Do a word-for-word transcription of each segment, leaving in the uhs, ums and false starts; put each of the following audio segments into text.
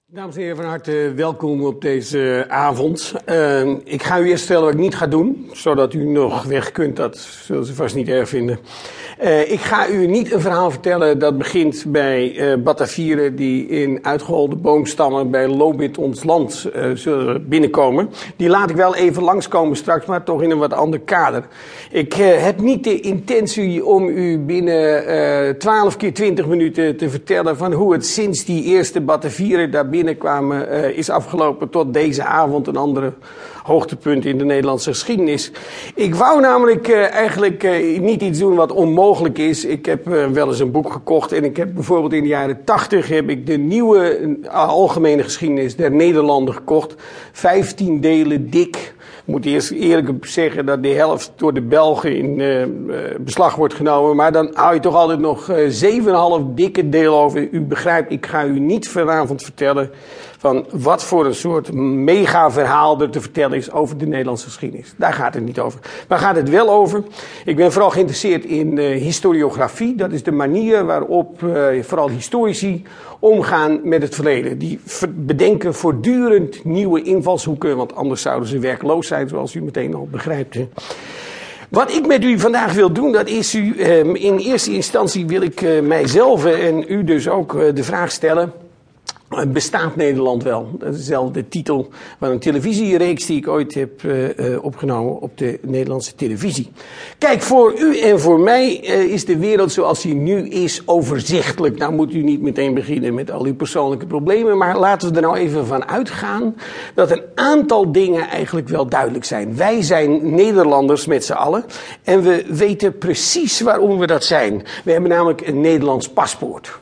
Dames en heren, van harte welkom op deze avond. Uh, ik ga u eerst vertellen wat ik niet ga doen, zodat u nog weg kunt. Dat zullen ze vast niet erg vinden. Uh, ik ga u niet een verhaal vertellen dat begint bij uh, Batavieren die in uitgeholde boomstammen bij Lobith ons land uh, zullen binnenkomen. Die laat ik wel even langskomen straks, maar toch in een wat ander kader. Ik uh, heb niet de intentie om u binnen uh, twaalf keer twintig minuten te vertellen van hoe het sinds die eerste Batavieren daar binnenkwamen uh, is afgelopen tot deze avond een andere hoogtepunt in de Nederlandse geschiedenis. Ik wou namelijk uh, eigenlijk uh, niet iets doen wat onmogelijk is. Ik heb uh, wel eens een boek gekocht en ik heb bijvoorbeeld in de jaren tachtig heb ik de nieuwe uh, algemene geschiedenis der Nederlanden gekocht. Vijftien delen dik. Ik moet eerst eerlijk zeggen dat de helft door de Belgen in uh, beslag wordt genomen. Maar dan hou je toch altijd nog uh, zeven komma vijf dikke deel over. U begrijpt, ik ga u niet vanavond vertellen van wat voor een soort mega verhaal er te vertellen is over de Nederlandse geschiedenis. Daar gaat het niet over. Waar gaat het wel over? Ik ben vooral geïnteresseerd in uh, historiografie. Dat is de manier waarop uh, vooral historici omgaan met het verleden. Die bedenken voortdurend nieuwe invalshoeken, want anders zouden ze werkloos zijn, zoals u meteen al begrijpt. Hè. Wat ik met u vandaag wil doen, dat is u, uh, in eerste instantie wil ik uh, mijzelf en u dus ook uh, de vraag stellen: bestaat Nederland wel? Dat is zelf de titel van een televisiereeks die ik ooit heb uh, uh, opgenomen op de Nederlandse televisie. Kijk, voor u en voor mij uh, is de wereld zoals die nu is overzichtelijk. Nou moet u niet meteen beginnen met al uw persoonlijke problemen, maar laten we er nou even van uitgaan dat een aantal dingen eigenlijk wel duidelijk zijn. Wij zijn Nederlanders met z'n allen en we weten precies waarom we dat zijn. We hebben namelijk een Nederlands paspoort.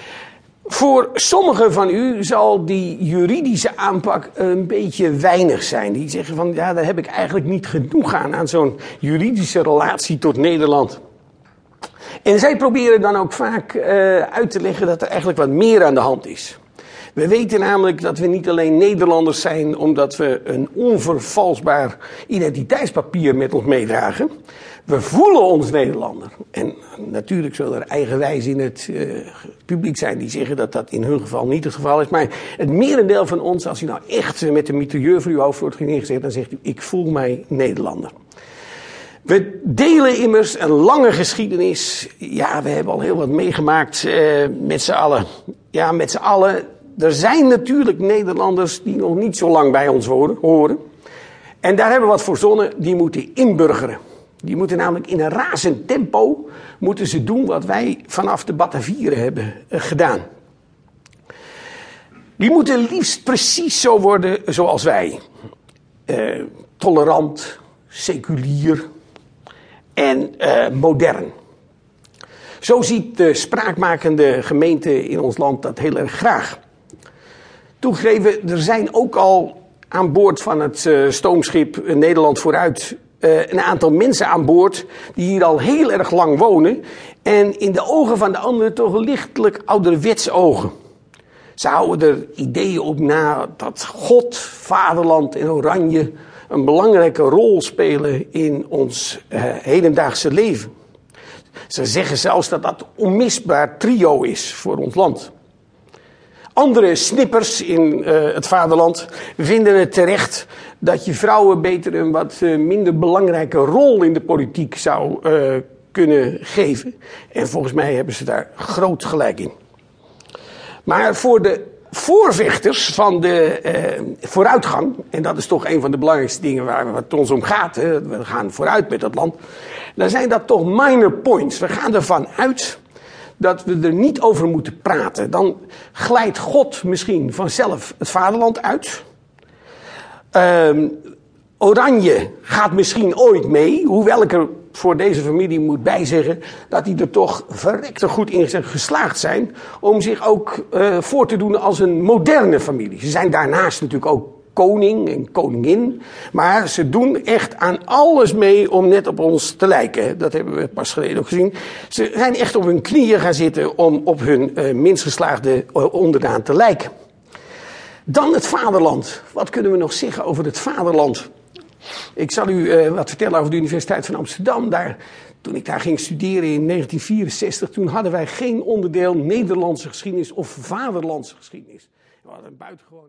Voor sommigen van u zal die juridische aanpak een beetje weinig zijn. Die zeggen van, ja, daar heb ik eigenlijk niet genoeg aan, aan zo'n juridische relatie tot Nederland. En zij proberen dan ook vaak uh, uit te leggen dat er eigenlijk wat meer aan de hand is. We weten namelijk dat we niet alleen Nederlanders zijn omdat we een onvervalsbaar identiteitspapier met ons meedragen. We voelen ons Nederlander. En natuurlijk zullen er eigenwijs in het uh, publiek zijn die zeggen dat dat in hun geval niet het geval is. Maar het merendeel van ons, als u nou echt met de mitrailleur voor uw hoofd wordt neergezet, dan zegt u, ik voel mij Nederlander. We delen immers een lange geschiedenis. Ja, we hebben al heel wat meegemaakt uh, met z'n allen. Ja, met z'n allen. Er zijn natuurlijk Nederlanders die nog niet zo lang bij ons horen. En daar hebben we wat voor verzonnen, die moeten inburgeren. Die moeten namelijk in een razend tempo moeten ze doen wat wij vanaf de Batavieren hebben uh, gedaan. Die moeten liefst precies zo worden zoals wij. Uh, tolerant, seculier en uh, modern. Zo ziet de spraakmakende gemeente in ons land dat heel erg graag. Toegegeven, er zijn ook al aan boord van het uh, stoomschip Nederland vooruit Uh, een aantal mensen aan boord die hier al heel erg lang wonen en in de ogen van de anderen toch lichtelijk ouderwets ogen. Ze houden er ideeën op na dat God, vaderland en oranje een belangrijke rol spelen in ons uh, hedendaagse leven. Ze zeggen zelfs dat dat een onmisbaar trio is voor ons land. Andere snippers in uh, het vaderland vinden het terecht dat je vrouwen beter een wat uh, minder belangrijke rol in de politiek zou uh, kunnen geven. En volgens mij hebben ze daar groot gelijk in. Maar voor de voorvechters van de uh, vooruitgang, en dat is toch een van de belangrijkste dingen waar het ons om gaat, hè, we gaan vooruit met dat land, dan zijn dat toch minor points. We gaan ervan uit dat we er niet over moeten praten. Dan glijdt God misschien vanzelf het vaderland uit. Um, Oranje gaat misschien ooit mee, hoewel ik er voor deze familie moet bijzeggen dat die er toch verrekte goed in geslaagd zijn om zich ook uh, voor te doen als een moderne familie. Ze zijn daarnaast natuurlijk ook koning en koningin, maar ze doen echt aan alles mee om net op ons te lijken. Dat hebben we pas geleden ook gezien. Ze zijn echt op hun knieën gaan zitten om op hun uh, minst geslaagde uh, onderdaan te lijken. Dan het vaderland. Wat kunnen we nog zeggen over het vaderland? Ik zal u uh, wat vertellen over de Universiteit van Amsterdam. Daar, toen ik daar ging studeren in negentien vierenzestig, toen hadden wij geen onderdeel Nederlandse geschiedenis of vaderlandse geschiedenis. wat een buitengewoon